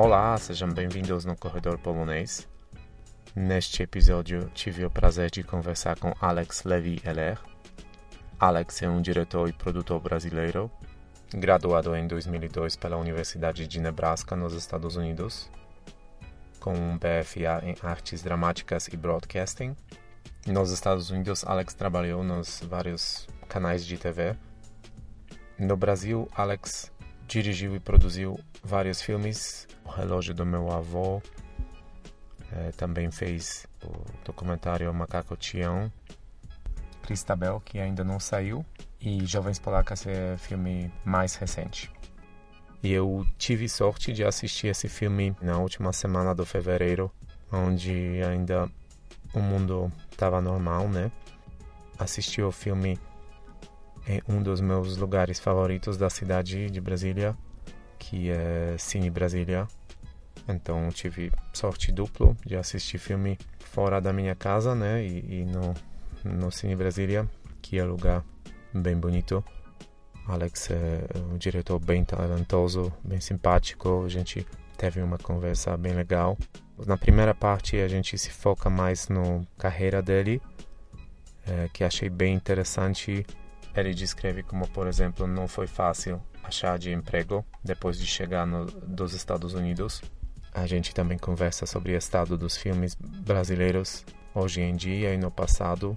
Olá, sejam bem-vindos no Corredor Polonês. Neste episódio tive o prazer de conversar com Alex Levy-Heller. Alex é um diretor e produtor brasileiro, graduado em 2002 pela Universidade de Nebraska, nos Estados Unidos, com um BFA em Artes Dramáticas e Broadcasting. Nos Estados Unidos, Alex trabalhou nos vários canais de TV. No Brasil, Alex dirigiu e produziu vários filmes. O Relógio do Meu Avô. Também fez o documentário Macaco Tião. Cristabel, que ainda não saiu. E Jovens Polacas é o filme mais recente. E eu tive sorte de assistir esse filme na última semana de fevereiro, onde ainda o mundo estava normal, né? Assisti o filme em um dos meus lugares favoritos da cidade de Brasília, que é Cine Brasília. Então tive sorte dupla de assistir filme fora da minha casa, né? E no Cine Brasília, que é um lugar bem bonito. Alex é um diretor bem talentoso, bem simpático. A gente teve uma conversa bem legal. Na primeira parte a gente se foca mais na carreira dele, que achei bem interessante. Ele descreve como, por exemplo, não foi fácil achar de emprego depois de chegar dos Estados Unidos. A gente também conversa sobre o estado dos filmes brasileiros hoje em dia e no passado.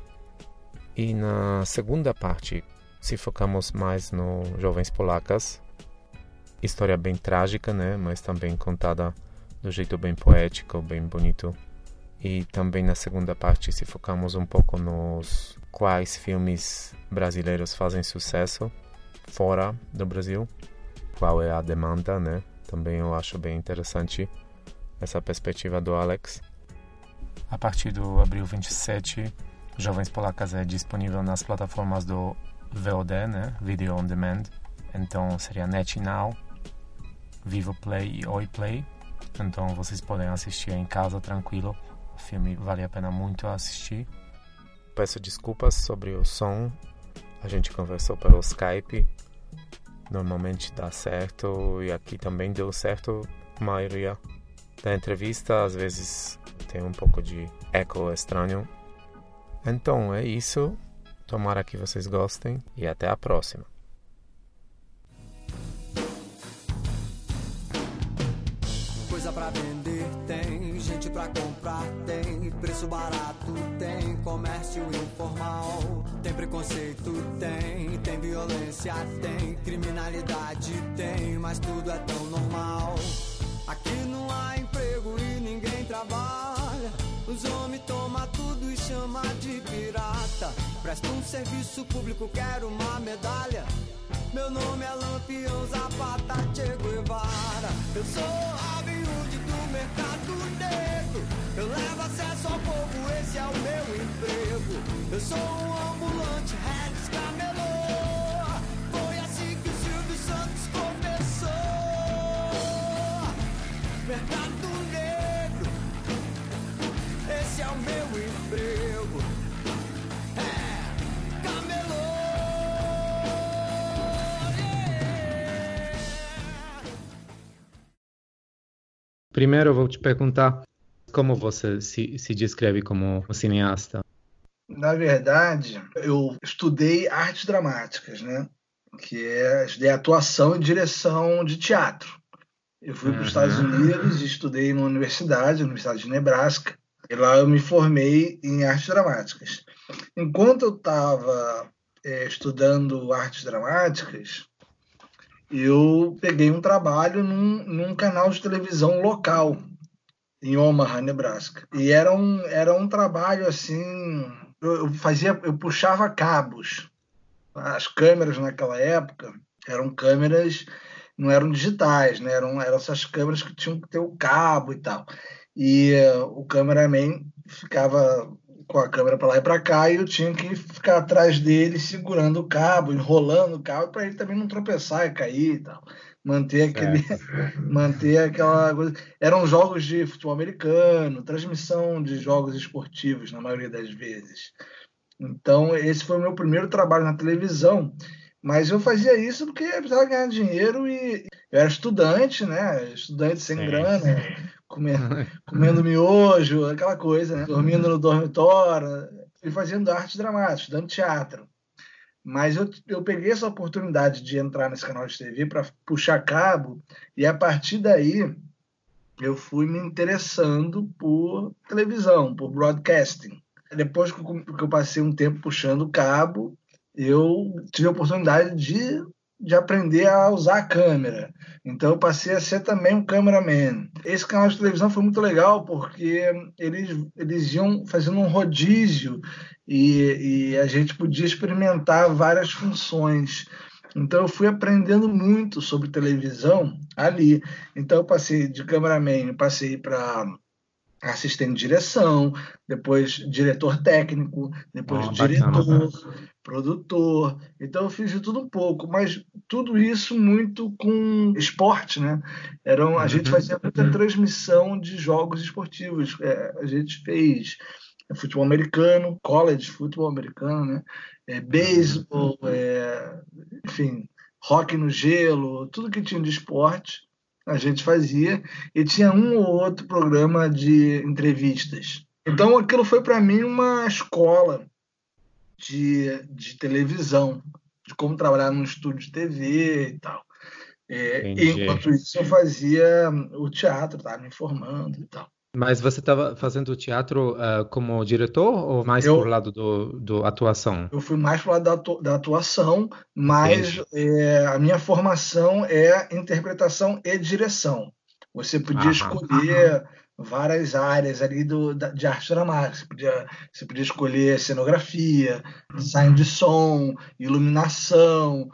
E na segunda parte, se focamos mais no Jovens Polacas. História bem trágica, né? Mas também contada do jeito bem poético, bem bonito. E também na segunda parte, se focamos um pouco nos quais filmes brasileiros fazem sucesso fora do Brasil. Qual é a demanda, né? Também eu acho bem interessante essa perspectiva do Alex. A partir do abril 27, Jovens Polacas é disponível nas plataformas do VOD, né? Video On Demand. Então seria NetNow, Vivoplay e Oi Play. Então vocês podem assistir em casa tranquilo. O filme vale a pena muito assistir. Peço desculpas sobre o som. A gente conversou pelo Skype. Normalmente dá certo e aqui também deu certo. A maioria da entrevista, às vezes tem um pouco de eco estranho. Então é isso. Tomara que vocês gostem e até a próxima. Coisa pra vender tem, gente pra comprar tem, preço barato tem, comércio informal, tem preconceito tem violência tem, criminalidade tem, mas tudo é tão normal. Aqui não há emprego e ninguém trabalha, os homens tomam tudo e chama de pirata. Presto um serviço público, quero uma medalha. Meu nome é Lampião Zapata Che Guevara. Eu sou Robin Hood do mercado negro. Eu levo acesso ao povo, esse é o meu emprego. Eu sou um ambulante, Regis Camelô. Foi assim que o Silvio Santos começou. Mercado negro, esse é o meu emprego. Camelô. Primeiro eu vou te perguntar como você se descreve como um cineasta. Na verdade, eu estudei artes dramáticas, né? Estudei atuação e direção de teatro. Eu fui para os Estados Unidos e estudei na Universidade de Nebraska. E lá eu me formei em artes dramáticas. Enquanto eu estava estudando artes dramáticas, eu peguei um trabalho num canal de televisão local, em Omaha, Nebraska. E era um trabalho assim, eu puxava cabos. As câmeras naquela época eram câmeras, não eram digitais, né? Eram essas câmeras que tinham que ter o cabo e tal. E o cameraman ficava com a câmera para lá e para cá, e eu tinha que ficar atrás dele segurando o cabo, enrolando o cabo, para ele também não tropeçar e cair e tal. Manter aquela coisa. Eram jogos de futebol americano, transmissão de jogos esportivos, na maioria das vezes. Então, esse foi o meu primeiro trabalho na televisão, Mas eu fazia isso porque eu precisava ganhar dinheiro e eu era estudante, né? Estudante sem grana, comendo miojo, aquela coisa, né? Dormindo no dormitório e fazendo arte dramática, estudando teatro. Mas eu peguei essa oportunidade de entrar nesse canal de TV para puxar cabo e a partir daí eu fui me interessando por televisão, por broadcasting. Depois que eu passei um tempo puxando cabo, eu tive a oportunidade de aprender a usar a câmera. Então eu passei a ser também um cameraman. Esse canal de televisão foi muito legal porque eles iam fazendo um rodízio e a gente podia experimentar várias funções. Então eu fui aprendendo muito sobre televisão ali. Então eu passei de cameraman, passei para assistente de direção, depois diretor técnico, depois Bacana. diretor, produtor. Então eu fiz de tudo um pouco, mas tudo isso muito com esporte, né? A gente fazia muita transmissão de jogos esportivos. A gente fez futebol americano, college futebol americano, né? Beisebol, enfim, hóquei no gelo, tudo que tinha de esporte a gente fazia, e tinha um ou outro programa de entrevistas. Então aquilo foi para mim uma escola de televisão, de como trabalhar num estúdio de TV e tal. Enquanto isso eu fazia o teatro, estava me formando e tal. Mas você estava fazendo teatro como diretor ou mais por lado do atuação? Eu fui mais para o lado da atuação, mas a minha formação é interpretação e direção. Você podia escolher várias áreas ali de arte dramática. Você podia escolher cenografia, design de som, iluminação,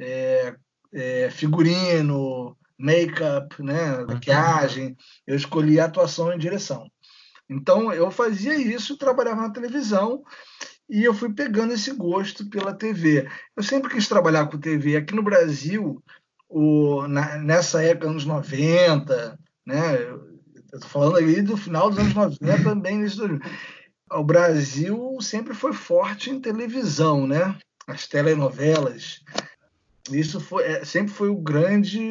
figurino, make-up, né, maquiagem. Eu escolhi atuação e direção. Então, eu fazia isso, trabalhava na televisão e eu fui pegando esse gosto pela TV. Eu sempre quis trabalhar com TV. Aqui no Brasil, nessa época, anos 90, né? Eu estou falando ali do final dos anos 90, também início dos 2000. O Brasil sempre foi forte em televisão, né? As telenovelas. Isso sempre foi o grande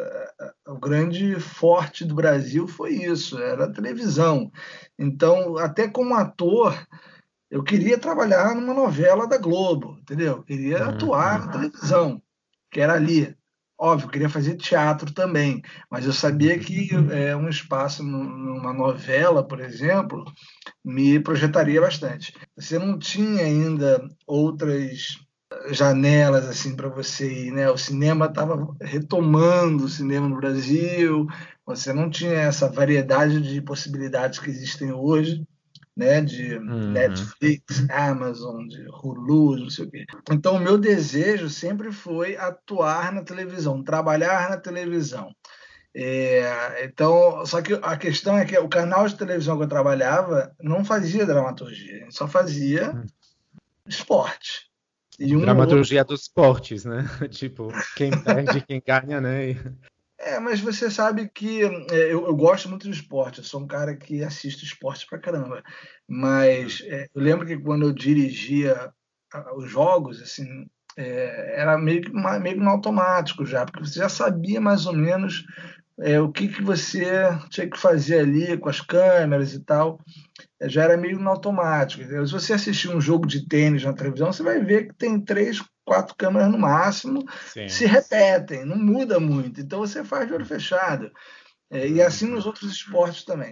forte do Brasil, foi isso, era a televisão. Então, até como ator, eu queria trabalhar numa novela da Globo, entendeu? Eu queria atuar na televisão, que era ali. Óbvio, eu queria fazer teatro também, mas eu sabia que um espaço numa novela, por exemplo, me projetaria bastante. Você não tinha ainda outras janelas assim para você ir, né? O cinema estava retomando o cinema no Brasil, você não tinha essa variedade de possibilidades que existem hoje, né? De Netflix, Amazon, de Hulu, não sei o quê. Então o meu desejo sempre foi atuar na televisão, trabalhar na televisão. Então, só que a questão é que o canal de televisão que eu trabalhava não fazia dramaturgia, a gente só fazia esporte. Dramaturgia dos esportes, né? Tipo, quem perde, quem ganha, né? Mas você sabe que eu gosto muito de esporte, eu sou um cara que assiste esporte pra caramba. Mas eu lembro que quando eu dirigia os jogos, assim, era meio que no automático já, porque você já sabia mais ou menos o que você tinha que fazer ali com as câmeras e tal. Já era meio no automático. Entendeu? Se você assistir um jogo de tênis na televisão, você vai ver que tem 3, 4 câmeras no máximo, se repetem, não muda muito. Então você faz de olho fechado. E assim nos outros esportes também.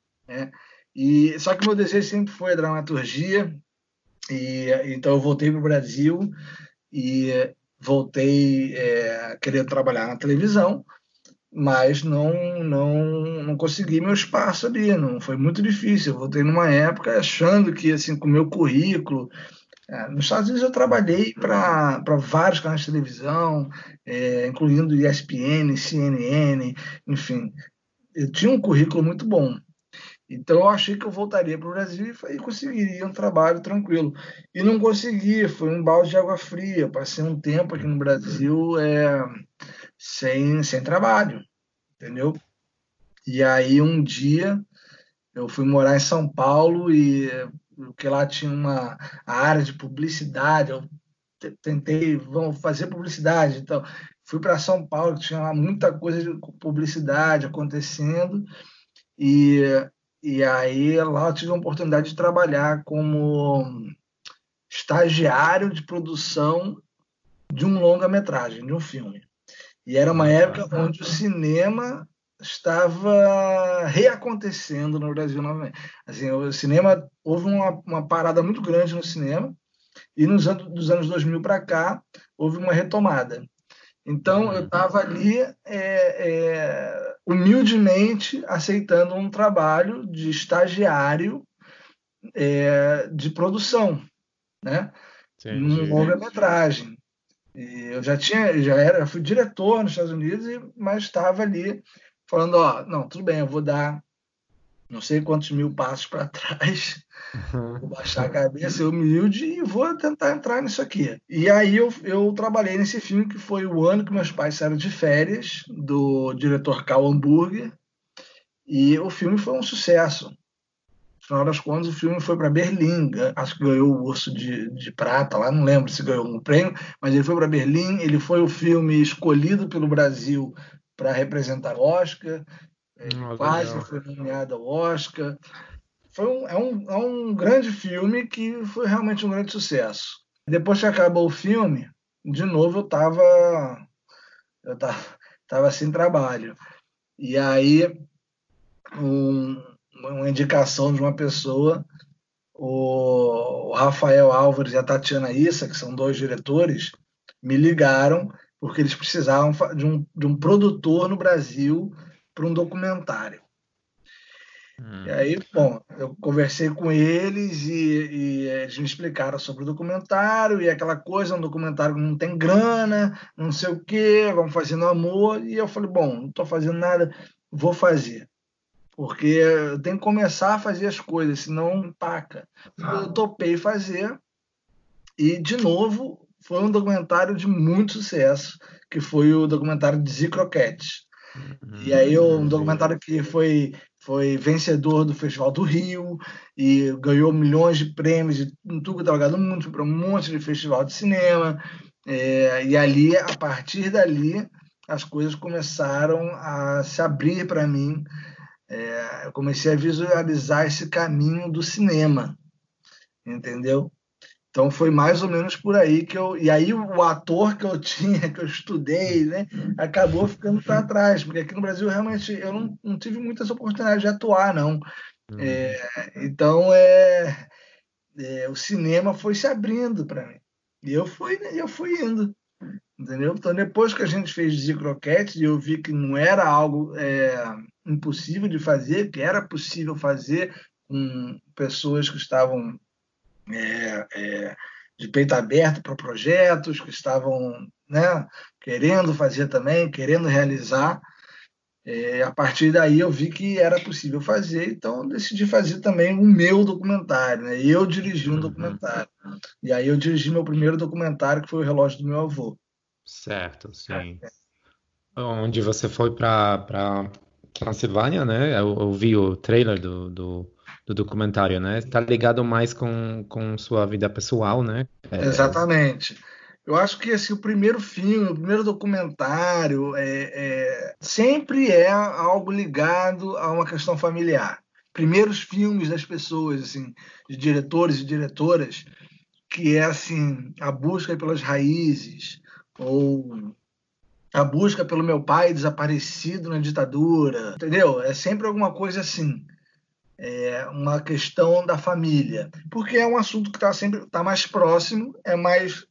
Só que meu desejo sempre foi a dramaturgia, então eu voltei para o Brasil e voltei a querer trabalhar na televisão, mas não consegui meu espaço ali, não foi muito difícil. Eu voltei numa época achando que, assim, com o meu currículo, nos Estados Unidos eu trabalhei para vários canais de televisão, incluindo ESPN, CNN, enfim, eu tinha um currículo muito bom. Então eu achei que eu voltaria para o Brasil e conseguiria um trabalho tranquilo. E não consegui, foi um balde de água fria. Eu passei um tempo aqui no Brasil sem trabalho, entendeu? E aí um dia eu fui morar em São Paulo porque lá tinha a área de publicidade, eu tentei, vamos fazer publicidade. Então, fui para São Paulo, que tinha lá muita coisa de publicidade acontecendo, e, e aí lá eu tive a oportunidade de trabalhar como estagiário de produção de um longa-metragem, de um filme. E era uma época onde o cinema estava reacontecendo no Brasil novamente. Assim, o cinema, houve uma parada muito grande no cinema, e dos anos 2000 para cá, houve uma retomada. Então, eu estava ali humildemente aceitando um trabalho de estagiário de produção, né? Num longa-metragem. E eu já fui diretor nos Estados Unidos, mas estava ali falando, não, tudo bem, eu vou dar não sei quantos mil passos para trás, vou baixar a cabeça, ser humilde e vou tentar entrar nisso aqui. E aí eu trabalhei nesse filme, que foi o ano que meus pais saíram de férias, do diretor Karl Hamburger, e o filme foi um sucesso. No final das contas, o filme foi para Berlim, acho que ganhou o Urso de Prata lá, não lembro se ganhou um prêmio, mas ele foi para Berlim, ele foi o filme escolhido pelo Brasil para representar o Oscar, quase foi nomeado ao Oscar. É um grande filme que foi realmente um grande sucesso. Depois que acabou o filme, de novo eu tava sem trabalho. E aí, uma indicação de uma pessoa, o Rafael Álvares e a Tatiana Issa, que são 2 diretores, me ligaram porque eles precisavam de um produtor no Brasil para um documentário. E aí, bom, eu conversei com eles e eles me explicaram sobre o documentário e aquela coisa, um documentário que não tem grana, não sei o quê, vamos fazer no amor. E eu falei, bom, não estou fazendo nada, vou fazer. Porque eu tenho que começar a fazer as coisas, senão empaca. Eu topei fazer e, de novo, foi um documentário de muito sucesso, que foi o documentário de Zicroquete. E aí um documentário que foi vencedor do Festival do Rio e ganhou milhões de prêmios de tudo que estava ganhando muito para um monte de festival de cinema. E ali, a partir dali, as coisas começaram a se abrir para mim. Eu comecei a visualizar esse caminho do cinema, entendeu? Então foi mais ou menos por aí que e aí o ator que eu tinha, que eu estudei, né, acabou ficando para trás, porque aqui no Brasil realmente eu não tive muitas oportunidades de atuar, não. Então o cinema foi se abrindo para mim e eu fui indo, entendeu? Então depois que a gente fez Zicroquete e eu vi que não era algo impossível de fazer, que era possível fazer com pessoas que estavam de peito aberto para projetos, que estavam, né, querendo fazer também, querendo realizar. A partir daí eu vi que era possível fazer, então decidi fazer também o meu documentário, né? Eu dirigi um documentário. E aí eu dirigi meu primeiro documentário, que foi O Relógio do Meu Avô. Certo, sim. Onde você foi para Transilvânia, né? Eu vi o trailer do documentário, né? Está ligado mais com sua vida pessoal, né? Exatamente. Eu acho que assim, o primeiro filme, o primeiro documentário sempre é algo ligado a uma questão familiar. Primeiros filmes das pessoas, assim, de diretores e diretoras, que é assim, a busca pelas raízes, ou a busca pelo meu pai desaparecido na ditadura, entendeu? É sempre alguma coisa assim. Uma questão da família, porque é um assunto que está mais próximo, é mais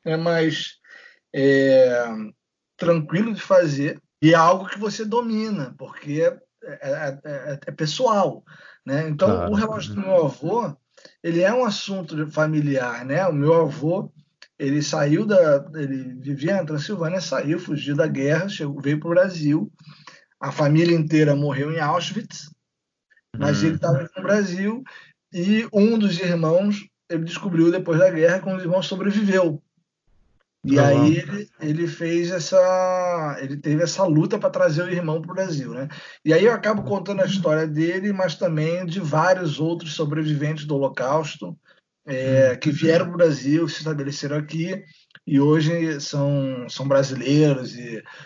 tranquilo de fazer e é algo que você domina, porque é pessoal, né? Então, claro. O relógio do meu avô, ele é um assunto familiar, né? O meu avô, ele ele vivia na Transilvânia, fugiu da guerra, veio para o Brasil, a família inteira morreu em Auschwitz, mas ele estava no Brasil e um dos irmãos, ele descobriu depois da guerra que um dos irmãos sobreviveu. E aí ele teve essa luta para trazer o irmão para o Brasil, né? E aí eu acabo contando a história dele, mas também de vários outros sobreviventes do Holocausto que vieram para o Brasil, se estabeleceram aqui e hoje são brasileiros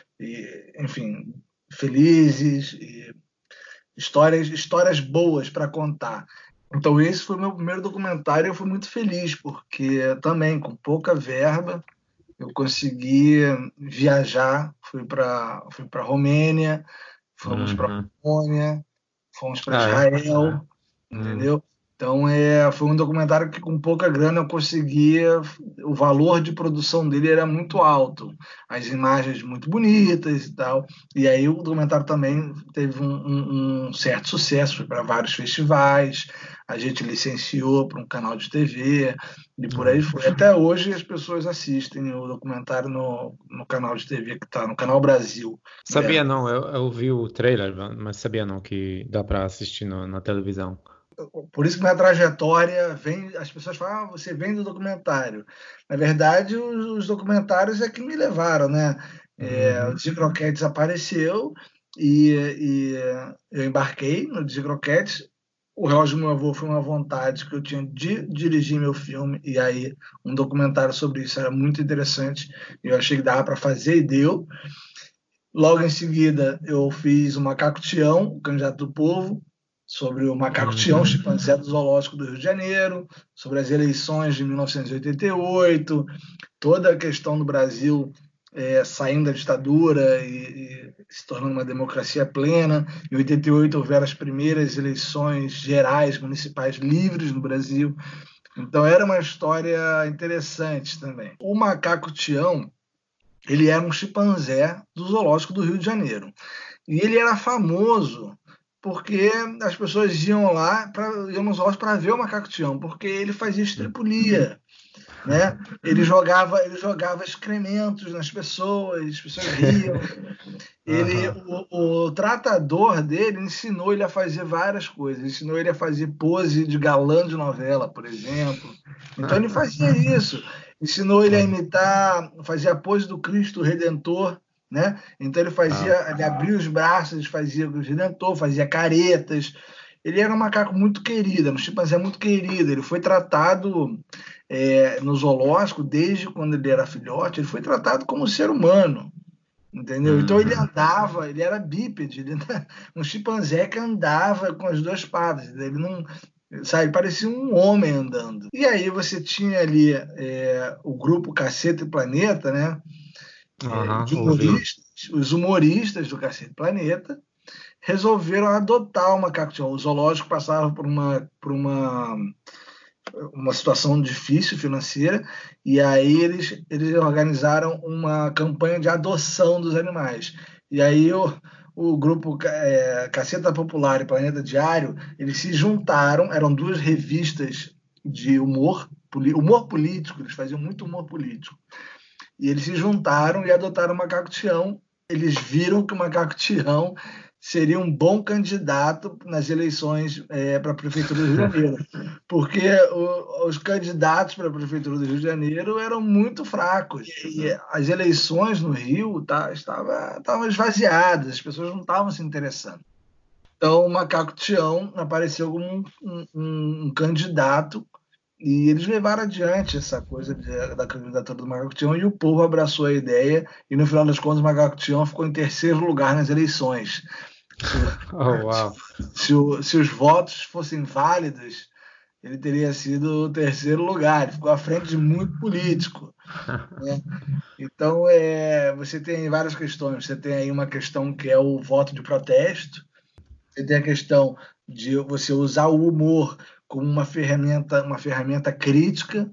enfim, felizes, e histórias boas para contar. Então esse foi o meu primeiro documentário e eu fui muito feliz, porque também com pouca verba eu consegui viajar, fui para Romênia, fomos para Uhum. Polônia, fomos para Ah, é? Israel, Hum. entendeu? Então foi um documentário que com pouca grana eu conseguia, o valor de produção dele era muito alto, as imagens muito bonitas e tal. E aí o documentário também teve um certo sucesso, foi para vários festivais, a gente licenciou para um canal de TV e por aí Hum. foi. Até hoje as pessoas assistem o documentário no canal de TV que está no Canal Brasil. Sabia não, eu vi o trailer, mas sabia não que dá para assistir na televisão. Por isso que minha trajetória vem, as pessoas falam, você vem do documentário. Na verdade, os documentários é que me levaram, né? O Uhum. Dicroquetes apareceu e eu embarquei no Dicroquetes. O relógio do meu avô foi uma vontade que eu tinha de dirigir meu filme, e aí um documentário sobre isso era muito interessante. Eu achei que dava para fazer e deu. Logo em seguida, eu fiz o Macaco Tião, o Candidato do Povo, sobre o Macaco Tião, Uhum. chimpanzé do Zoológico do Rio de Janeiro, sobre as eleições de 1988, toda a questão do Brasil saindo da ditadura e se tornando uma democracia plena. Em 88 houveram as primeiras eleições gerais municipais livres no Brasil. Então era uma história interessante também. O Macaco Tião, ele era um chimpanzé do Zoológico do Rio de Janeiro. E ele era famoso porque as pessoas iam no zoológico para ver o macaco Tião, porque ele fazia estripulia, né? Ele jogava excrementos nas pessoas, as pessoas riam. Aham. O tratador dele ensinou ele a fazer várias coisas. Ensinou ele a fazer pose de galã de novela, por exemplo. Então ele fazia isso. Ensinou ele a imitar, fazia a pose do Cristo Redentor, né? Então Uau. ele abria os braços, fazia o Cristo Redentor, fazia caretas. Ele era um macaco muito querido, um chimpanzé muito querido. Ele foi tratado no zoológico desde quando ele era filhote. Ele foi tratado como um ser humano. Entendeu? Então ele Uhum. andava, ele era bípede, um chimpanzé que andava com as duas patas. Ele não, sabe, parecia um homem andando. E aí você tinha ali o grupo Caceta e Planeta, né? Aham, De ouvi. humoristas, os humoristas do Caceta e Planeta resolveram adotar o macaco Tião. O zoológico passava por uma situação difícil financeira, e aí eles organizaram uma campanha de adoção dos animais. E aí o grupo Caceta Popular e Planeta Diário, eles se juntaram, eram duas revistas de humor político, eles faziam muito humor político. E eles se juntaram e adotaram o Macaco Tião. Eles viram que o Macaco Tião seria um bom candidato nas eleições para a Prefeitura do Rio de Janeiro, porque os candidatos para a Prefeitura do Rio de Janeiro eram muito fracos. E as eleições no Rio estavam esvaziadas, as pessoas não estavam se interessando. Então, o Macaco Tião apareceu como um candidato e eles levaram adiante essa coisa da candidatura do Macaco Tião e o povo abraçou a ideia e, no final das contas, o Macaco Tião ficou em terceiro lugar nas eleições. Oh, uau. Se os votos fossem válidos, ele teria sido o terceiro lugar. Ele ficou à frente de muito político, né? Então, você tem várias questões. Você tem aí uma questão que é o voto de protesto. Você tem a questão de você usar o humor como uma ferramenta crítica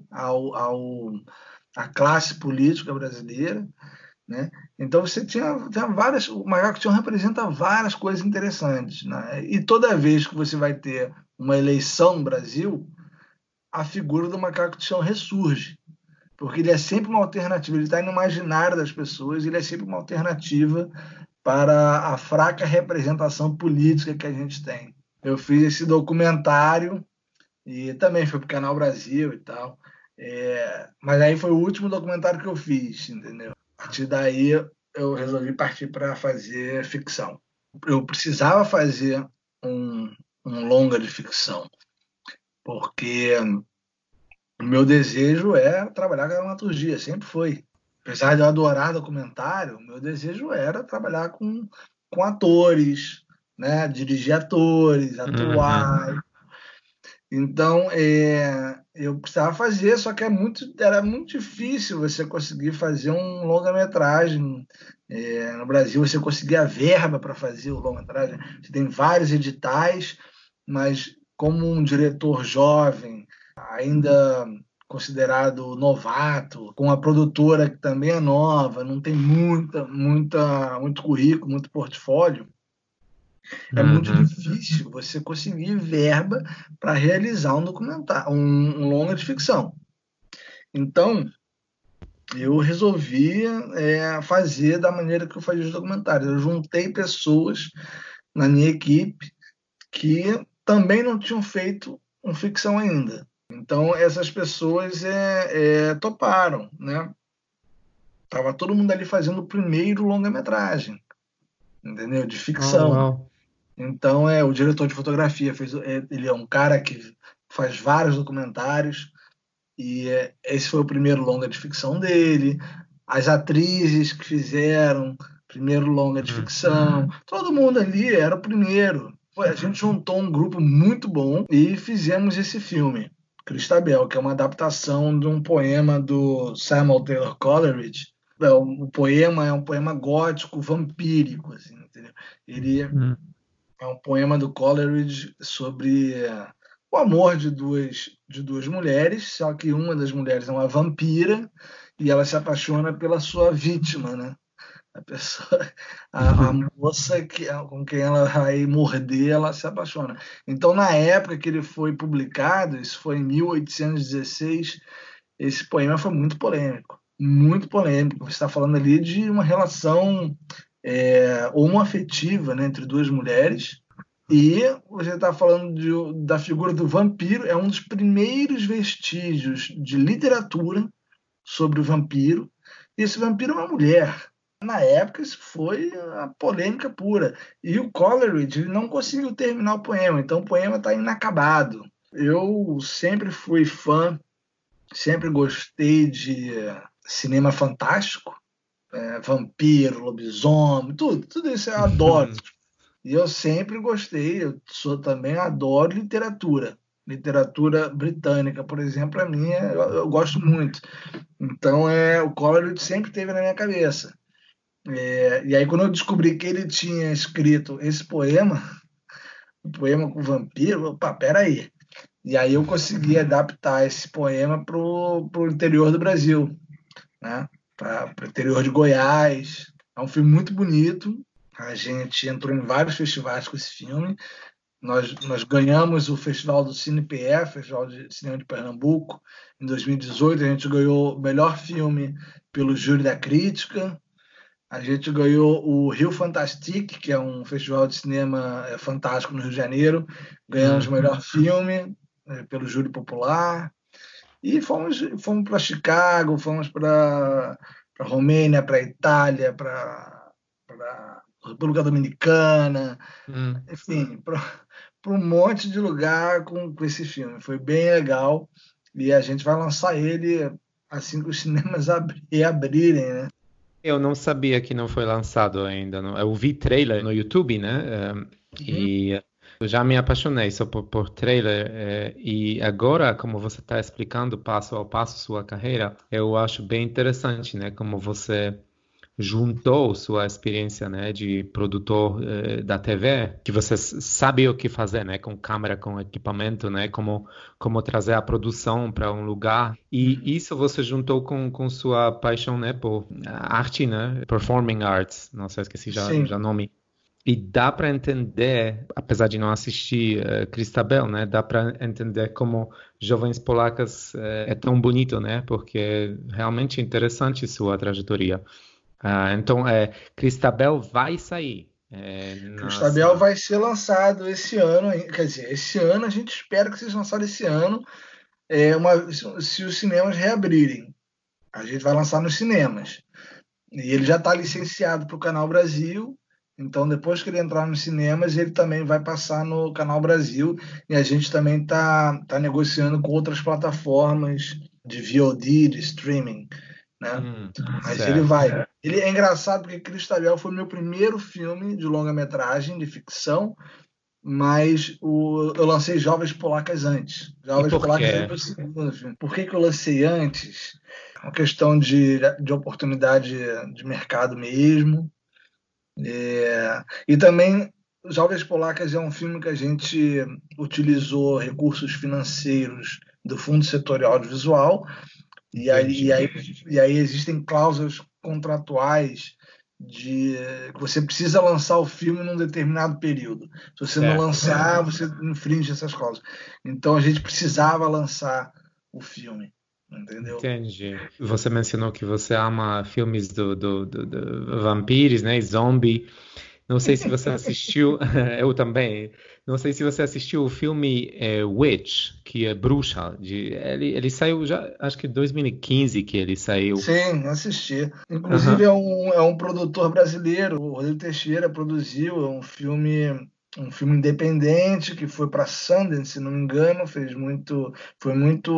à classe política brasileira, né? Então você tinha várias. O Macaco Tião representa várias coisas interessantes, né? E toda vez que você vai ter uma eleição no Brasil, a figura do Macaco Tião ressurge, porque ele é sempre uma alternativa. Ele está no imaginário das pessoas. Ele é sempre uma alternativa para a fraca representação política que a gente tem. Eu fiz esse documentário e também foi para o Canal Brasil e tal. Mas aí foi o último documentário que eu fiz, entendeu? A partir daí eu resolvi partir para fazer ficção. Eu precisava fazer um longa de ficção, porque O meu desejo é trabalhar com dramaturgia, sempre foi. Apesar de eu adorar documentário, o meu desejo era trabalhar com atores, né? Dirigir atores, atuar. Então, eu precisava fazer, só que era muito difícil você conseguir fazer um longa-metragem. No Brasil, você conseguir a verba para fazer o longa-metragem. Você tem vários editais, mas como um diretor jovem, ainda considerado novato, com a produtora que também é nova, não tem muito currículo, muito portfólio, é muito difícil você conseguir verba para realizar um documentário, um longa de ficção. Então, eu resolvi fazer da maneira que eu fazia os documentários. Eu juntei pessoas na minha equipe que também não tinham feito uma ficção ainda. Então, essas pessoas toparam, né? Tava todo mundo ali fazendo o primeiro longa-metragem, entendeu? De ficção. Wow. Então, o diretor de fotografia ele é um cara que faz vários documentários e esse foi o primeiro longa de ficção dele. As atrizes que fizeram primeiro longa de ficção, todo mundo ali era o primeiro. A gente juntou um grupo muito bom e fizemos esse filme, Christabel, que é uma adaptação de um poema do Samuel Taylor Coleridge. O poema é um poema gótico, vampírico, assim, entendeu? Ele é um poema do Coleridge sobre o amor de duas mulheres, só que uma das mulheres é uma vampira e ela se apaixona pela sua vítima, né? A pessoa, a moça com quem ela vai morder, ela se apaixona. Então, na época que ele foi publicado, isso foi em 1816, esse poema foi muito polêmico. Muito polêmico. Você está falando ali de uma relação homoafetiva, né, entre duas mulheres. E você está falando da figura do vampiro, é um dos primeiros vestígios de literatura sobre o vampiro. E esse vampiro é uma mulher. Na época, isso foi a polêmica pura. E o Coleridge ele não conseguiu terminar o poema, então o poema está inacabado. Eu sempre fui fã, sempre gostei de cinema fantástico, vampiro, lobisomem, tudo isso eu adoro. E eu sempre gostei, também adoro literatura. Literatura britânica, por exemplo, a minha eu gosto muito. Então, o Coleridge sempre teve na minha cabeça. E aí, quando eu descobri que ele tinha escrito esse poema, o poema com o vampiro, opa, peraí. E aí eu consegui adaptar esse poema para o interior do Brasil, né? Para o interior de Goiás. É um filme muito bonito. A gente entrou em vários festivais com esse filme. Nós ganhamos o Festival do CinePE, Festival de Cinema de Pernambuco. Em 2018, a gente ganhou o melhor filme pelo Júri da Crítica. A gente ganhou o Rio Fantastique, que é um festival de cinema fantástico no Rio de Janeiro. Ganhamos o melhor filme pelo Júri Popular. E fomos para Chicago, fomos para Romênia, para Itália, para República Dominicana, enfim, para um monte de lugar com esse filme. Foi bem legal e a gente vai lançar ele assim que os cinemas abrirem, né? Eu não sabia que não foi lançado ainda. Eu vi trailer no YouTube, né? E eu já me apaixonei só por trailer. E agora, como você está explicando passo a passo sua carreira, eu acho bem interessante, né? Como você juntou sua experiência, né, de produtor da TV, que você sabe o que fazer, né, com câmera, com equipamento, né, como trazer a produção para um lugar. E isso você juntou com sua paixão, né, por arte, né, performing arts, não sei, esqueci já o nome. E dá para entender, apesar de não assistir Christabel, né, dá para entender como Jovens Polacas é tão bonito, né, porque é realmente interessante sua trajetória. Então, Christabel vai sair. Christabel vai ser lançado esse ano, quer dizer, esse ano a gente espera que seja lançado esse ano, se os cinemas reabrirem. A gente vai lançar nos cinemas. E ele já está licenciado para o Canal Brasil Então, depois que ele entrar nos cinemas, ele também vai passar no Canal Brasil e a gente também tá negociando com outras plataformas de VOD, de streaming, né? Mas ele Certo. vai. Ele é engraçado porque Cristabel foi meu primeiro filme de longa-metragem, de ficção, mas eu lancei Jovens Polacas antes. E Jovens por Polacas é quê? meu segundo filme. Por que que eu lancei antes? É uma questão de oportunidade de mercado mesmo. E também, Jovens Polacas é um filme que a gente utilizou recursos financeiros do Fundo Setorial Audiovisual, e aí, Entendi. e aí, e aí existem cláusulas contratuais de que você precisa lançar o filme num determinado período. Se você não Certo. lançar, você infringe essas cláusulas. Então a gente precisava lançar o filme, entendeu? Entendi. Você mencionou que você ama filmes do vampiros, né? Zombie. Não sei se você assistiu, eu também. Não sei se você assistiu o filme Witch, que é Bruxa. Ele saiu já, acho que 2015 que ele saiu. Sim, assisti. Inclusive Aham. é um produtor brasileiro, o Rodrigo Teixeira produziu, é um filme independente que foi para Sundance, se não me engano, foi muito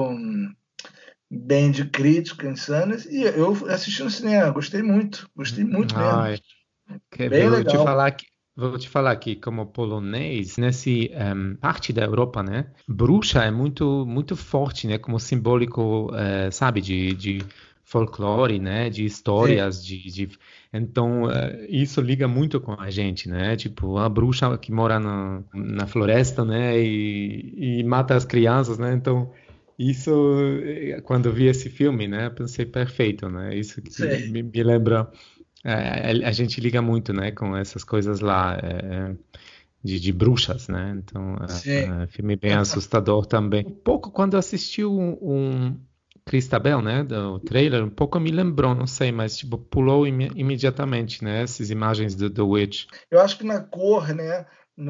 bem de crítica em Sundance, e eu assisti no cinema, gostei muito mesmo, Ai, quer ver, bem legal. vou te falar que como polonês, nesse parte da Europa, né? Bruxa é muito forte, né? Como simbólico, sabe, de folclore, né? De Sim, histórias, então isso liga muito com a gente, né? Tipo a bruxa que mora na floresta, né? E mata as crianças, né? Então isso, quando eu vi esse filme, né? Eu pensei perfeito, né? Isso que sei, me lembra. A gente liga muito, né, com essas coisas lá de bruxas, né? Então, sim. filme bem assustador também. Um pouco quando eu assisti um Christabel, né, do trailer, um pouco me lembrou, não sei, mas tipo pulou imediatamente, né, essas imagens do The Witch. Eu acho que na cor, né,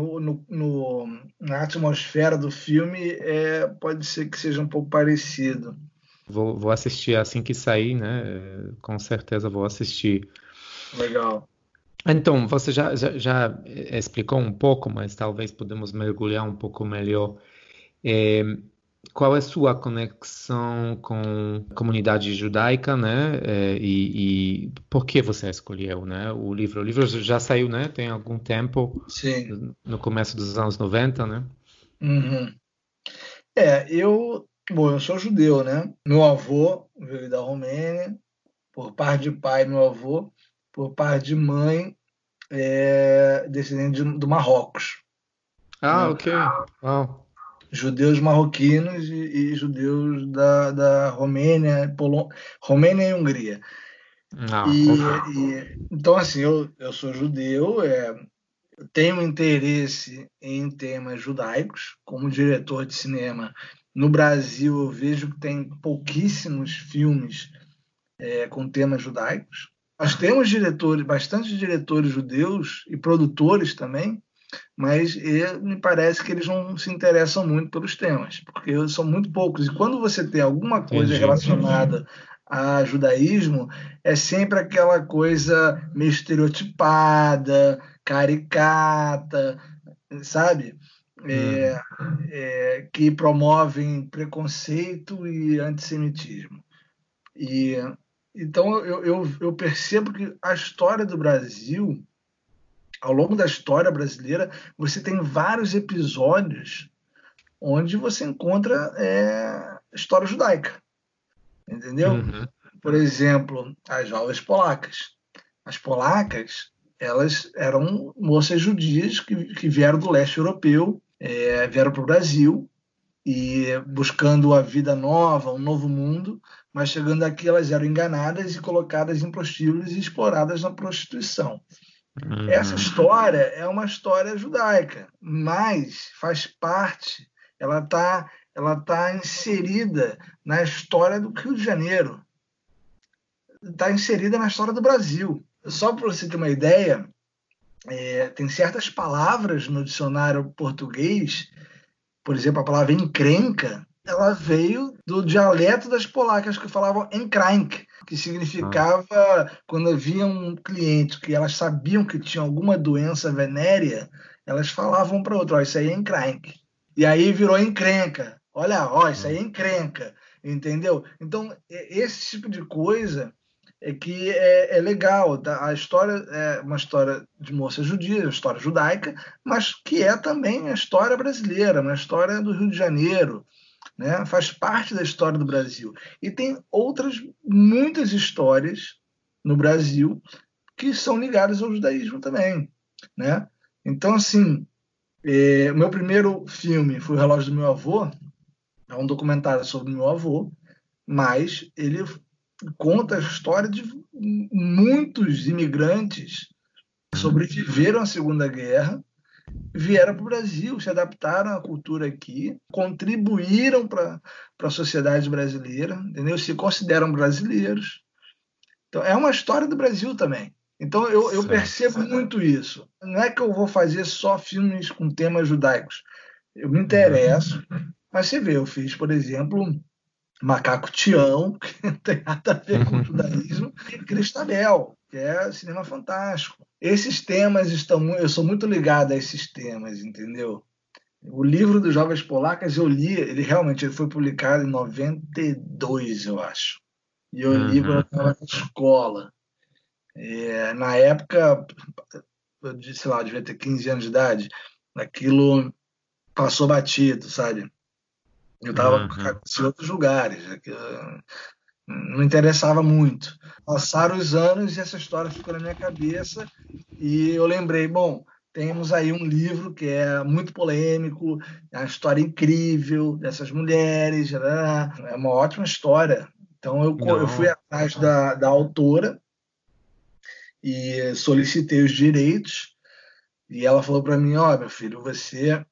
na atmosfera do filme, pode ser que seja um pouco parecido. Vou assistir assim que sair, né? Com certeza vou assistir. Legal. Então, você já explicou um pouco, mas talvez podemos mergulhar um pouco melhor. É, qual é a sua conexão com a comunidade judaica, né? E por que você escolheu, né? O livro? O livro já saiu, né? Tem algum tempo, Sim. no começo dos anos 90, né? Uhum. Bom, eu sou judeu, né? Meu avô veio da Romênia, por parte de pai, meu avô, por parte de mãe, descendente do Marrocos, Ah, né? ok. Uau. Judeus marroquinos e judeus da Romênia, Romênia e Hungria. Ah, E, ok. então, assim, eu sou judeu, eu tenho interesse em temas judaicos. Como diretor de cinema no Brasil, eu vejo que tem pouquíssimos filmes com temas judaicos. Nós temos diretores, bastante diretores judeus e produtores também, mas me parece que eles não se interessam muito pelos temas, porque são muito poucos. E quando você tem alguma coisa Entendi. relacionada a judaísmo, é sempre aquela coisa meio estereotipada, caricata, sabe? Hum. Que promovem preconceito e antissemitismo. E então eu percebo que a história do Brasil, ao longo da história brasileira, você tem vários episódios onde você encontra história judaica, entendeu? Uhum. Por exemplo, as jovens polacas. As polacas, elas eram moças judias que vieram do leste europeu, vieram para o Brasil e buscando a vida nova, um novo mundo, mas chegando aqui elas eram enganadas e colocadas em prostíbulos e exploradas na prostituição. Essa Uhum. história é uma história judaica, mas faz parte, ela tá inserida na história do Rio de Janeiro, está inserida na história do Brasil. Só para você ter uma ideia, tem certas palavras no dicionário português, por exemplo, a palavra encrenca, ela veio do dialeto das polacas que falavam enkrank, que significava quando havia um cliente que elas sabiam que tinha alguma doença venérea, elas falavam para outro, ó, isso aí é encrenque. E aí virou encrenca. Olha, ó, isso aí é encrenca, entendeu? Então, esse tipo de coisa é que é legal. Tá? A história é uma história de moça judia, uma história judaica, mas que é também a história brasileira, uma história do Rio de Janeiro, né? Faz parte da história do Brasil. E tem outras muitas histórias no Brasil que são ligadas ao judaísmo também, né? Então, assim, o meu primeiro filme foi O Relógio do Meu Avô, é um documentário sobre o meu avô, mas ele conta a história de muitos imigrantes que sobreviveram à Segunda Guerra, vieram para o Brasil, se adaptaram à cultura aqui, contribuíram para a sociedade brasileira, entendeu? Se consideram brasileiros. Então, é uma história do Brasil também. Então, eu percebo muito isso. Não é que eu vou fazer só filmes com temas judaicos. Eu me interesso, mas você vê, eu fiz, por exemplo, Macaco Tião, que não tem nada a ver com o judaísmo, e Cristabel, que é cinema fantástico. Esses temas eu sou muito ligado a esses temas, entendeu? O livro dos Jovens Polacas eu li, ele foi publicado em 92, eu acho. E eu li quando eu estava na escola. Na época, eu sei lá, eu devia ter 15 anos de idade, aquilo passou batido, sabe? Eu estava em outros lugares, não interessava muito. Passaram os anos e essa história ficou na minha cabeça e eu lembrei, bom, temos aí um livro que é muito polêmico, é uma história incrível dessas mulheres, né? É uma ótima história. Então eu fui atrás da autora e solicitei os direitos e ela falou para mim, ó, meu filho, você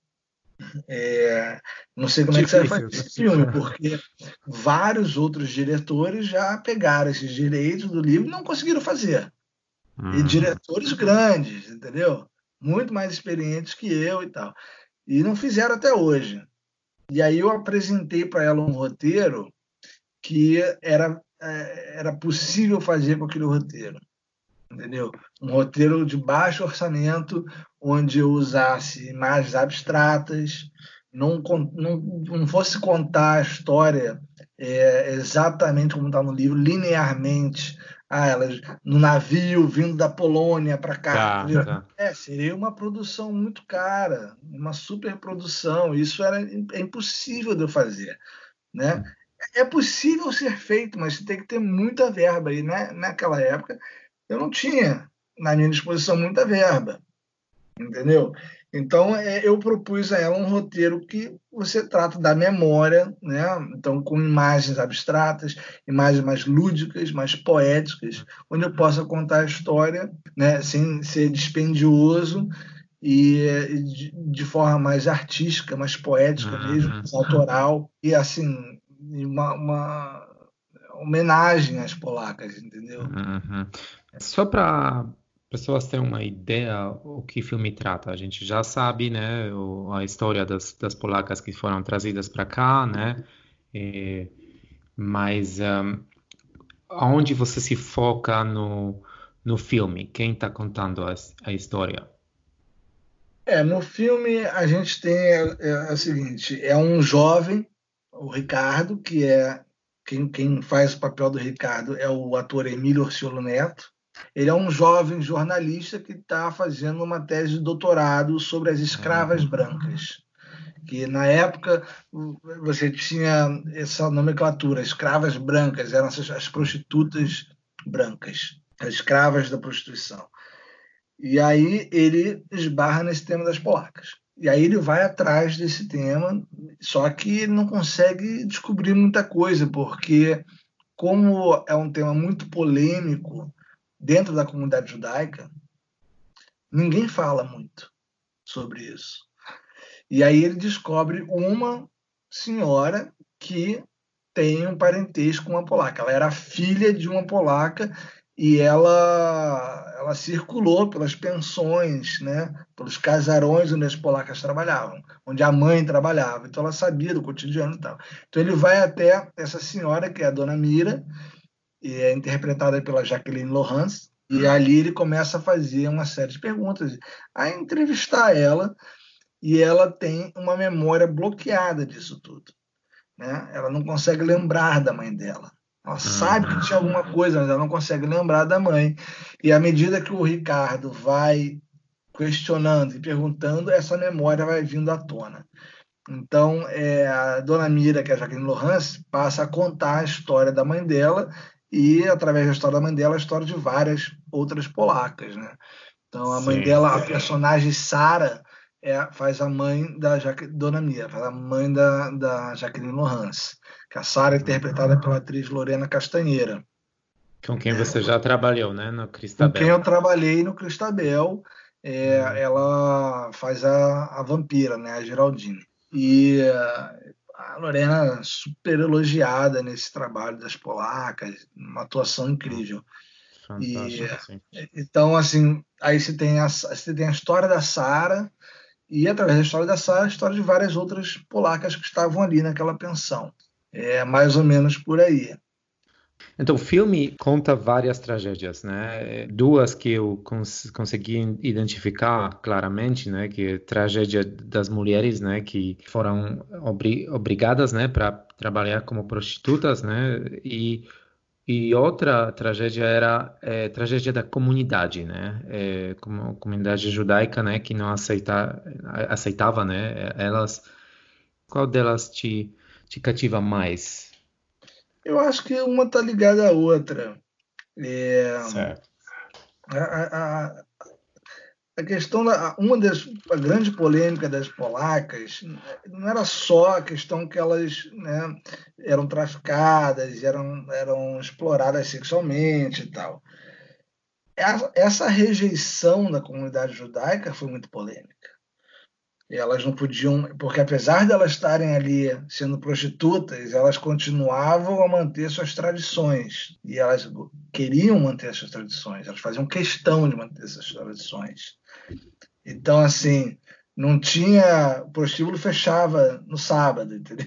não sei como é que você vai fazer esse filme, porque vários outros diretores já pegaram esses direitos do livro e não conseguiram fazer. E diretores grandes, entendeu? Muito mais experientes que eu e tal. E não fizeram até hoje. E aí eu apresentei para ela um roteiro que era possível fazer com aquele roteiro. Entendeu? Um roteiro de baixo orçamento, onde eu usasse imagens abstratas, não fosse contar a história exatamente como está no livro, linearmente, elas no navio vindo da Polônia para cá. Seria uma produção muito cara, uma superprodução. Isso é impossível de eu fazer, né? É possível ser feito, mas tem que ter muita verba. E né, naquela época eu não tinha na minha disposição muita verba, entendeu? Então, eu propus a ela um roteiro que você trata da memória, né? Então, com imagens abstratas, imagens mais lúdicas, mais poéticas, onde eu possa contar a história, né? Sem ser dispendioso e de forma mais artística, mais poética mesmo, mais autoral, e assim, uma homenagem às polacas, entendeu? Só para pessoas terem uma ideia o que o filme trata, a gente já sabe, né, a história das polacas que foram trazidas para cá, né, mas aonde você se foca no filme? Quem está contando a história? No filme a gente tem o seguinte, é um jovem, o Ricardo, que é quem faz o papel do Ricardo é o ator Emílio Orciolo Neto. Ele é um jovem jornalista que está fazendo uma tese de doutorado sobre as escravas brancas. Que na época você tinha essa nomenclatura, escravas brancas, eram as prostitutas brancas, as escravas da prostituição. E aí ele esbarra nesse tema das polacas. E aí ele vai atrás desse tema, só que ele não consegue descobrir muita coisa, porque como é um tema muito polêmico dentro da comunidade judaica, ninguém fala muito sobre isso. E aí ele descobre uma senhora que tem um parentesco com uma polaca. Ela era filha de uma polaca e ela circulou pelas pensões, né, pelos casarões onde as polacas trabalhavam, onde a mãe trabalhava. Então ela sabia do cotidiano e tal. Então ele vai até essa senhora, que é a dona Mira, e é interpretada pela Jacqueline Laurence, e ali ele começa a fazer uma série de perguntas, a entrevistar ela, e ela tem uma memória bloqueada disso tudo, né? Ela não consegue lembrar da mãe dela. Ela sabe que tinha alguma coisa, mas ela não consegue lembrar da mãe. E à medida que o Ricardo vai questionando e perguntando, essa memória vai vindo à tona. Então, a Dona Mira, que é a Jacqueline Laurence, passa a contar a história da mãe dela e, através da história da mãe dela, a história de várias outras polacas, né? Então, a mãe dela, a personagem Sara, faz a mãe da Dona Mira, faz a mãe da Jacqueline Laurence, que a Sara é interpretada pela atriz Lorena Castanheira. Com quem você já trabalhou, né, no Com Cristabel? quem eu trabalhei no Cristabel. Ela faz a vampira, né, a Geraldine. E a Lorena super elogiada nesse trabalho das polacas, uma atuação incrível. Fantástico, então, assim, aí você tem a história da Sara e, através da história da Sara, a história de várias outras polacas que estavam ali naquela pensão. É mais ou menos por aí. Então, o filme conta várias tragédias, né? Duas que eu consegui identificar claramente, né? Que é a tragédia das mulheres, né? Que foram obrigadas, né? Para trabalhar como prostitutas, né? E outra tragédia era a tragédia da comunidade, né? Como a comunidade judaica, né? Que não aceitava, né? Elas. Qual delas te cativa mais? Eu acho que uma está ligada à outra. Certo. A questão a grande polêmica das polacas não era só a questão que elas, né, eram traficadas, eram exploradas sexualmente e tal. Essa rejeição da comunidade judaica foi muito polêmica. Elas não podiam, porque apesar de elas estarem ali sendo prostitutas, elas continuavam a manter suas tradições. E elas queriam manter suas tradições, elas faziam questão de manter essas tradições. Então, assim, não tinha. O prostíbulo fechava no sábado, entendeu?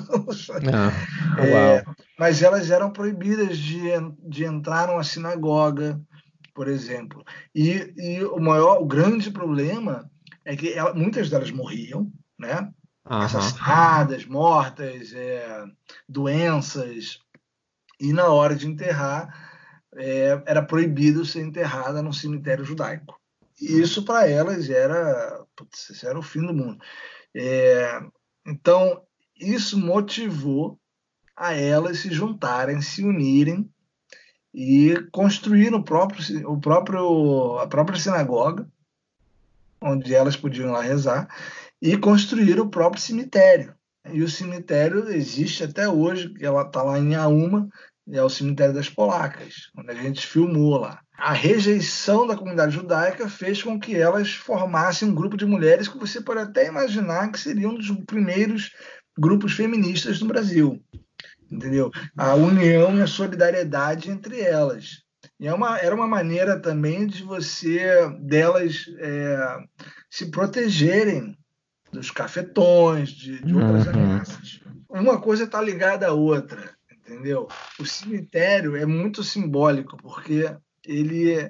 Mas elas eram proibidas de entrar numa sinagoga, por exemplo. E o grande problema é que muitas delas morriam, né? Assassinadas, mortas, doenças, e na hora de enterrar era proibido ser enterrada num cemitério judaico. E isso para elas era o fim do mundo. Então isso motivou a elas se juntarem, se unirem e construir a própria sinagoga, onde elas podiam lá rezar, e construir o próprio cemitério. E o cemitério existe até hoje, ela está lá em Auma, é o cemitério das polacas, onde a gente filmou lá. A rejeição da comunidade judaica fez com que elas formassem um grupo de mulheres que você pode até imaginar que seriam um dos primeiros grupos feministas no Brasil. Entendeu? A união e a solidariedade entre elas. E era uma maneira também de delas se protegerem dos cafetões, de outras ameaças. Uma coisa está ligada à outra, entendeu? O cemitério é muito simbólico, porque ele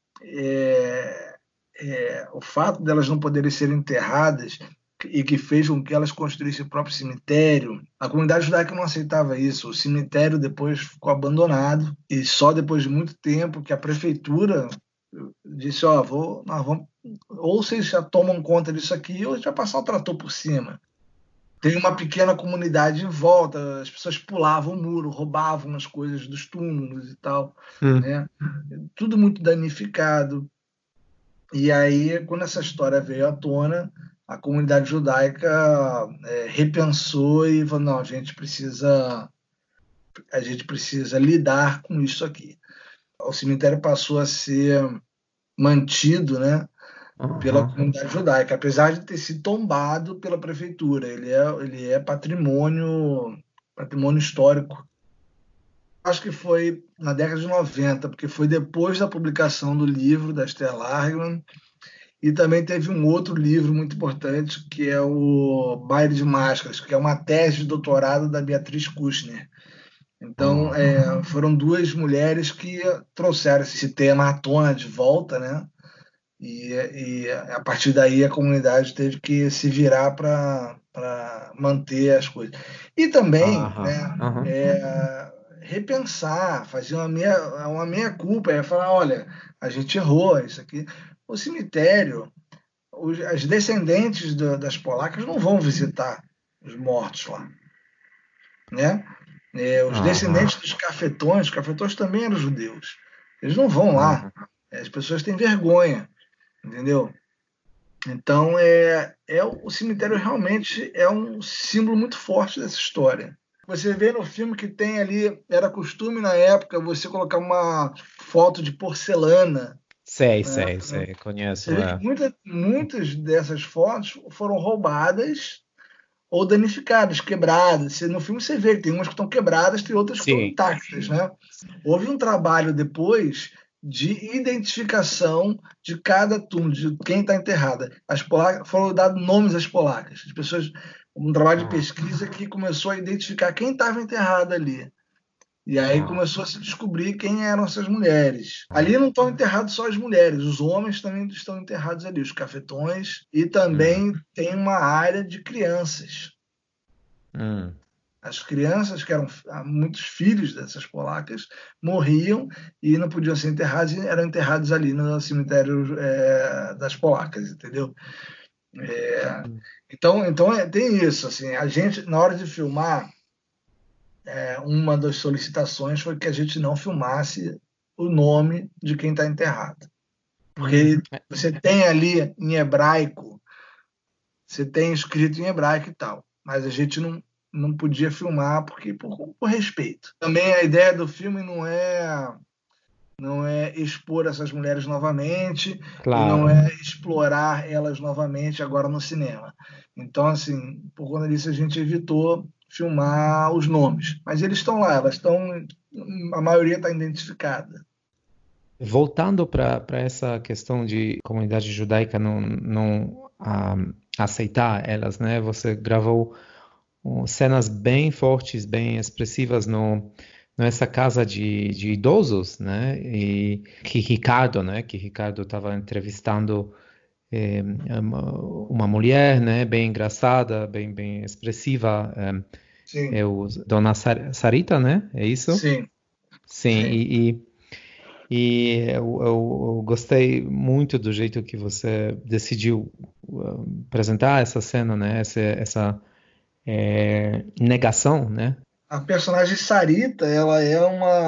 o fato delas não poderem ser enterradas e que fez com que elas construíssem o próprio cemitério. A comunidade judaica não aceitava isso. O cemitério depois ficou abandonado e só depois de muito tempo que a prefeitura disse, nós vamos, ou vocês já tomam conta disso aqui ou a gente vai passar o trator por cima. Tem uma pequena comunidade em volta, as pessoas pulavam o muro, roubavam as coisas dos túmulos e tal, né? Tudo muito danificado. E aí, quando essa história veio à tona, a comunidade judaica repensou e falou, não, a gente precisa lidar com isso aqui. O cemitério passou a ser mantido, né, pela comunidade judaica, apesar de ter sido tombado pela prefeitura. Ele é patrimônio histórico. Acho que foi na década de 90, porque foi depois da publicação do livro da Esther Lagerman. E também teve um outro livro muito importante, que é o Baile de Máscaras, que é uma tese de doutorado da Beatriz Kushner. Então, foram duas mulheres que trouxeram esse tema à tona de volta, né? E a partir daí a comunidade teve que se virar para manter as coisas. E também, né, repensar, fazer uma meia-culpa, falar, olha, a gente errou, isso aqui. O cemitério, as descendentes das polacas não vão visitar os mortos lá, né? Os descendentes dos cafetões, os cafetões também eram judeus. Eles não vão lá. As pessoas têm vergonha, entendeu? Então, o cemitério realmente é um símbolo muito forte dessa história. Você vê no filme que tem ali, era costume na época, você colocar uma foto de porcelana. Sei, conheço. Muitas dessas fotos foram roubadas ou danificadas, quebradas. No filme você vê que tem umas que estão quebradas, tem outras que estão intactas, né? Houve um trabalho depois de identificação de cada túmulo, de quem está enterrada. As polacas, foram dados nomes às polacas. As pessoas, um trabalho de pesquisa que começou a identificar quem estava enterrado ali. E aí começou a se descobrir quem eram essas mulheres. Ali não estão enterradas só as mulheres, os homens também estão enterrados ali, os cafetões, e também tem uma área de crianças. As crianças, que eram muitos filhos dessas polacas, morriam e não podiam ser enterrados, e eram enterrados ali no cemitério das polacas, entendeu? Então tem isso, assim, a gente, na hora de filmar, uma das solicitações foi que a gente não filmasse o nome de quem está enterrado. Porque você tem ali em hebraico, você tem escrito em hebraico e tal, mas a gente não podia filmar porque por respeito. Também a ideia do filme não é expor essas mulheres novamente, claro, e não é explorar elas novamente agora no cinema. Então, assim, por conta disso a gente evitou filmar os nomes. Mas eles estão lá, a maioria está identificada. Voltando para essa questão de comunidade judaica não aceitar elas, né? Você gravou cenas bem fortes, bem expressivas nessa casa de idosos, né? E que Ricardo estava entrevistando uma mulher, né? Bem engraçada, bem expressiva. Sim. Dona Sarita, né? É isso? Sim. Sim. E eu gostei muito do jeito que você decidiu apresentar essa cena, né? Essa negação, né? A personagem Sarita, ela é